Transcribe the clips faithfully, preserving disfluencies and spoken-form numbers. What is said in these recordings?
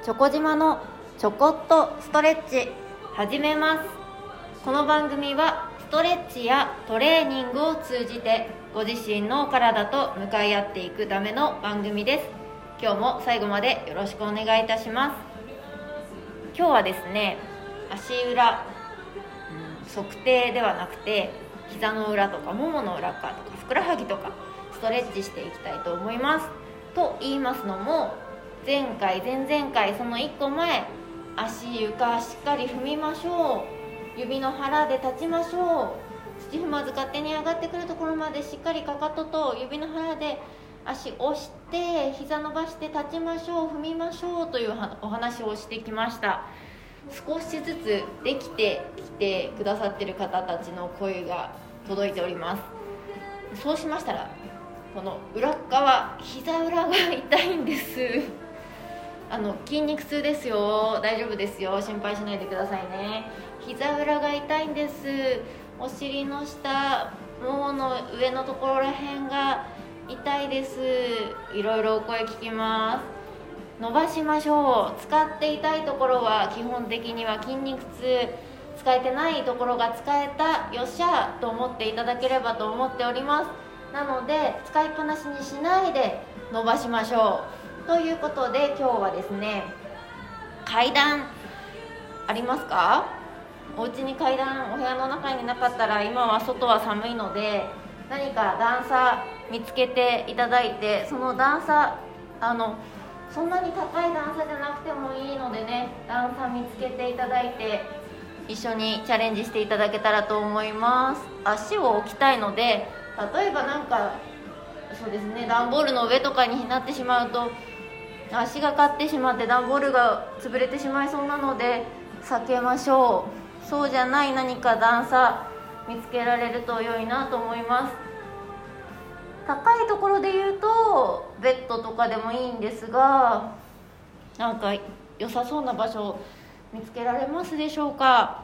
チョコ島のちょこっとストレッチ始めます。この番組はストレッチやトレーニングを通じてご自身のお体と向かい合っていくための番組です。今日も最後までよろしくお願いいたします。今日はですね、足裏、うん、測定ではなくて膝の裏とかももの裏側とかふくらはぎとかストレッチしていきたいと思います。と言いますのも、前回前々回そのいっこまえ、足床しっかり踏みましょう、指の腹で立ちましょう、土踏まず勝手に上がってくるところまでしっかりかかとと指の腹で足押して膝伸ばして立ちましょう、踏みましょうというお話をしてきました。少しずつできてきてくださっている方たちの声が届いております。そうしましたら、この裏側、膝裏が痛いんです。あの筋肉痛ですよ、大丈夫ですよ、心配しないでくださいね。膝裏が痛いんです。お尻の下、ももの上のところらへんが痛いです。いろいろお声聞きます。伸ばしましょう。使って痛いところは基本的には筋肉痛、使えてないところが使えた、よっしゃと思っていただければと思っております。なので使いっぱなしにしないで伸ばしましょうということで、今日はですね、階段ありますか？お家に階段お部屋の中になかったら、今は外は寒いので何か段差見つけていただいて、その段差、あのそんなに高い段差じゃなくてもいいのでね、段差見つけていただいて一緒にチャレンジしていただけたらと思います。足を置きたいので、例えばなんかそうですね、段ボールの上とかになってしまうと足が勝ってしまって段ボールが潰れてしまいそうなので避けましょう。そうじゃない何か段差見つけられると良いなと思います。高いところで言うとベッドとかでもいいんですが、なんか良さそうな場所見つけられますでしょうか？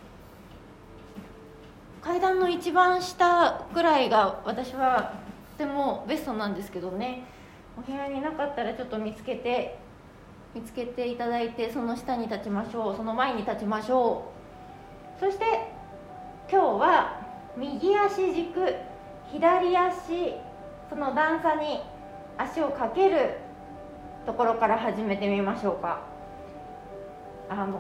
階段の一番下くらいが私はとてもベストなんですけどね、お部屋になかったらちょっと見つけて見つけていただいて、その下に立ちましょう、その前に立ちましょう。そして今日は右足軸、左足、その段差に足をかけるところから始めてみましょうか。あの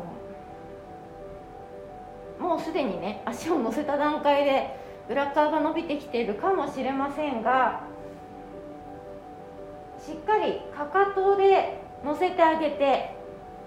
もうすでにね、足を乗せた段階で裏側が伸びてきているかもしれませんが、しっかりかかとで乗せてあげて、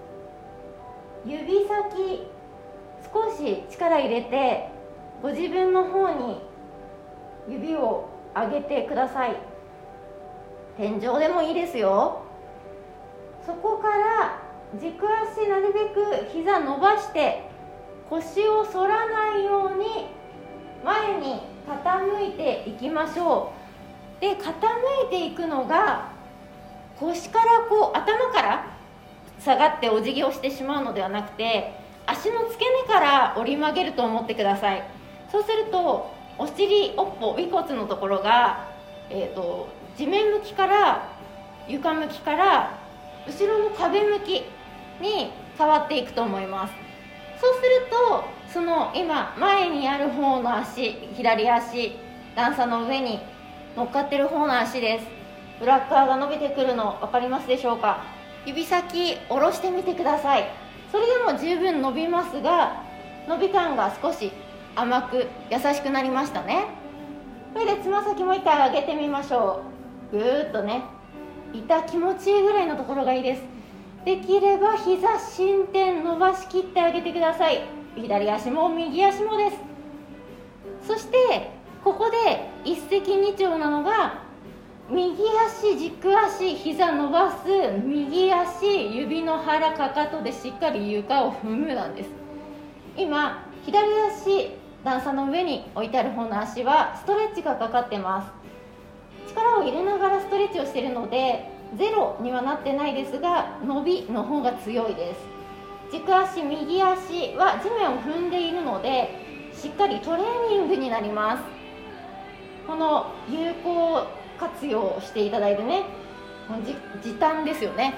指先少し力入れてご自分の方に指を上げてください。天井でもいいですよ。そこから軸足なるべく膝伸ばして腰を反らないように前に傾いていきましょう。で、傾いていくのが腰からこう頭から下がってお辞儀をしてしまうのではなくて、足の付け根から折り曲げると思ってください。そうするとお尻、おっぽ、尾骨のところが、えーと、地面向きから床向きから後ろの壁向きに変わっていくと思います。そうすると、その今前にある方の足、左足、段差の上に乗っかってる方の足です。裏側が伸びてくるの分かりますでしょうか？指先下ろしてみてください。それでも十分伸びますが、伸び感が少し甘く優しくなりましたね。それでつま先もう一回上げてみましょう。ぐーっとね、痛気持ちいいぐらいのところがいいです。できれば膝伸展伸ばしきってあげてください。左足も右足もです。そしてここで一石二鳥なのが、右足、軸足、膝伸ばす、右足、指の腹、かかとでしっかり床を踏むなんです。今左足、段差の上に置いてある方の足はストレッチがかかってます。力を入れながらストレッチをしているのでゼロにはなってないですが、伸びの方が強いです。軸足、右足は地面を踏んでいるのでしっかりトレーニングになります。この有効活用していただいてね、時短ですよね。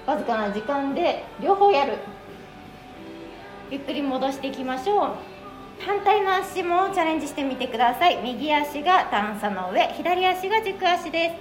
わずかな時間で両方やる。ゆっくり戻していきましょう。反対の足もチャレンジしてみてください。右足が段差の上、左足が軸足です。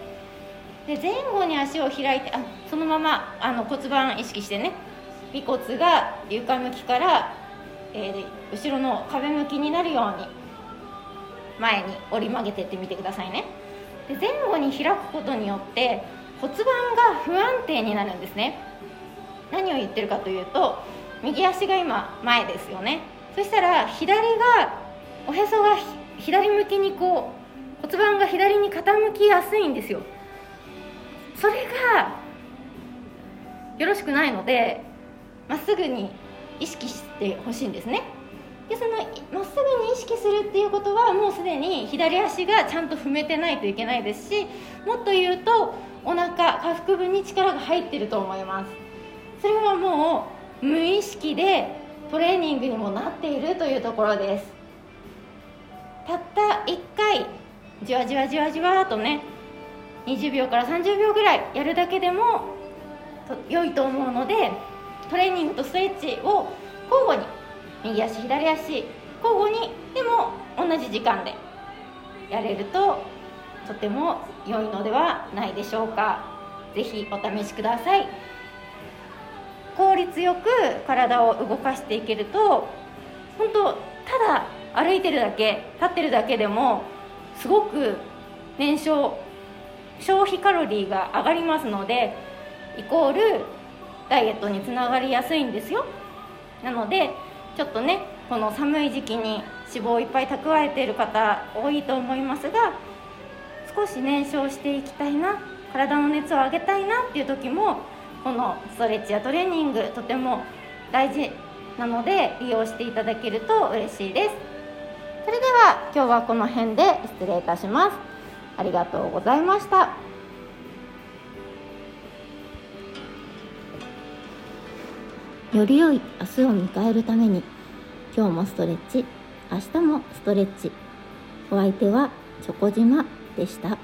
で、前後に足を開いて、あそのままあの骨盤意識してね、尾骨が床向きから、えー、後ろの壁向きになるように前に折り曲げていってみてくださいね。で、前後に開くことによって骨盤が不安定になるんですね。何を言ってるかというと、右足が今前ですよね。そしたら左がおへそが左向きにこう骨盤が左に傾きやすいんですよ。それがよろしくないので、まっすぐに意識してほしいんですね。で、そのまっすぐに意識するっていうことは、もうすでに左足がちゃんと踏めてないといけないですし、もっと言うとお腹下腹部に力が入ってると思います。それはもう無意識でトレーニングにもなっているというところです。たったいっかいじわじわじわじわとね、にじゅうびょうからさんじゅうびょうぐらいやるだけでも良いと思うので、トレーニングとストレッチを交互に、右足左足交互に、でも同じ時間でやれるととても良いのではないでしょうか。ぜひお試しください。効率よく体を動かしていけると、本当ただ歩いてるだけ、立ってるだけでもすごく燃焼消費カロリーが上がりますので、イコールダイエットにつながりやすいんですよ。なのでちょっとね、この寒い時期に脂肪をいっぱい蓄えている方多いと思いますが、少し燃焼していきたいな、体の熱を上げたいなっていう時も、このストレッチやトレーニングとても大事なので利用していただけると嬉しいです。それでは今日はこの辺で失礼いたします。ありがとうございました。より良い明日を迎えるために、今日もストレッチ、明日もストレッチ。お相手はチョコ島でした。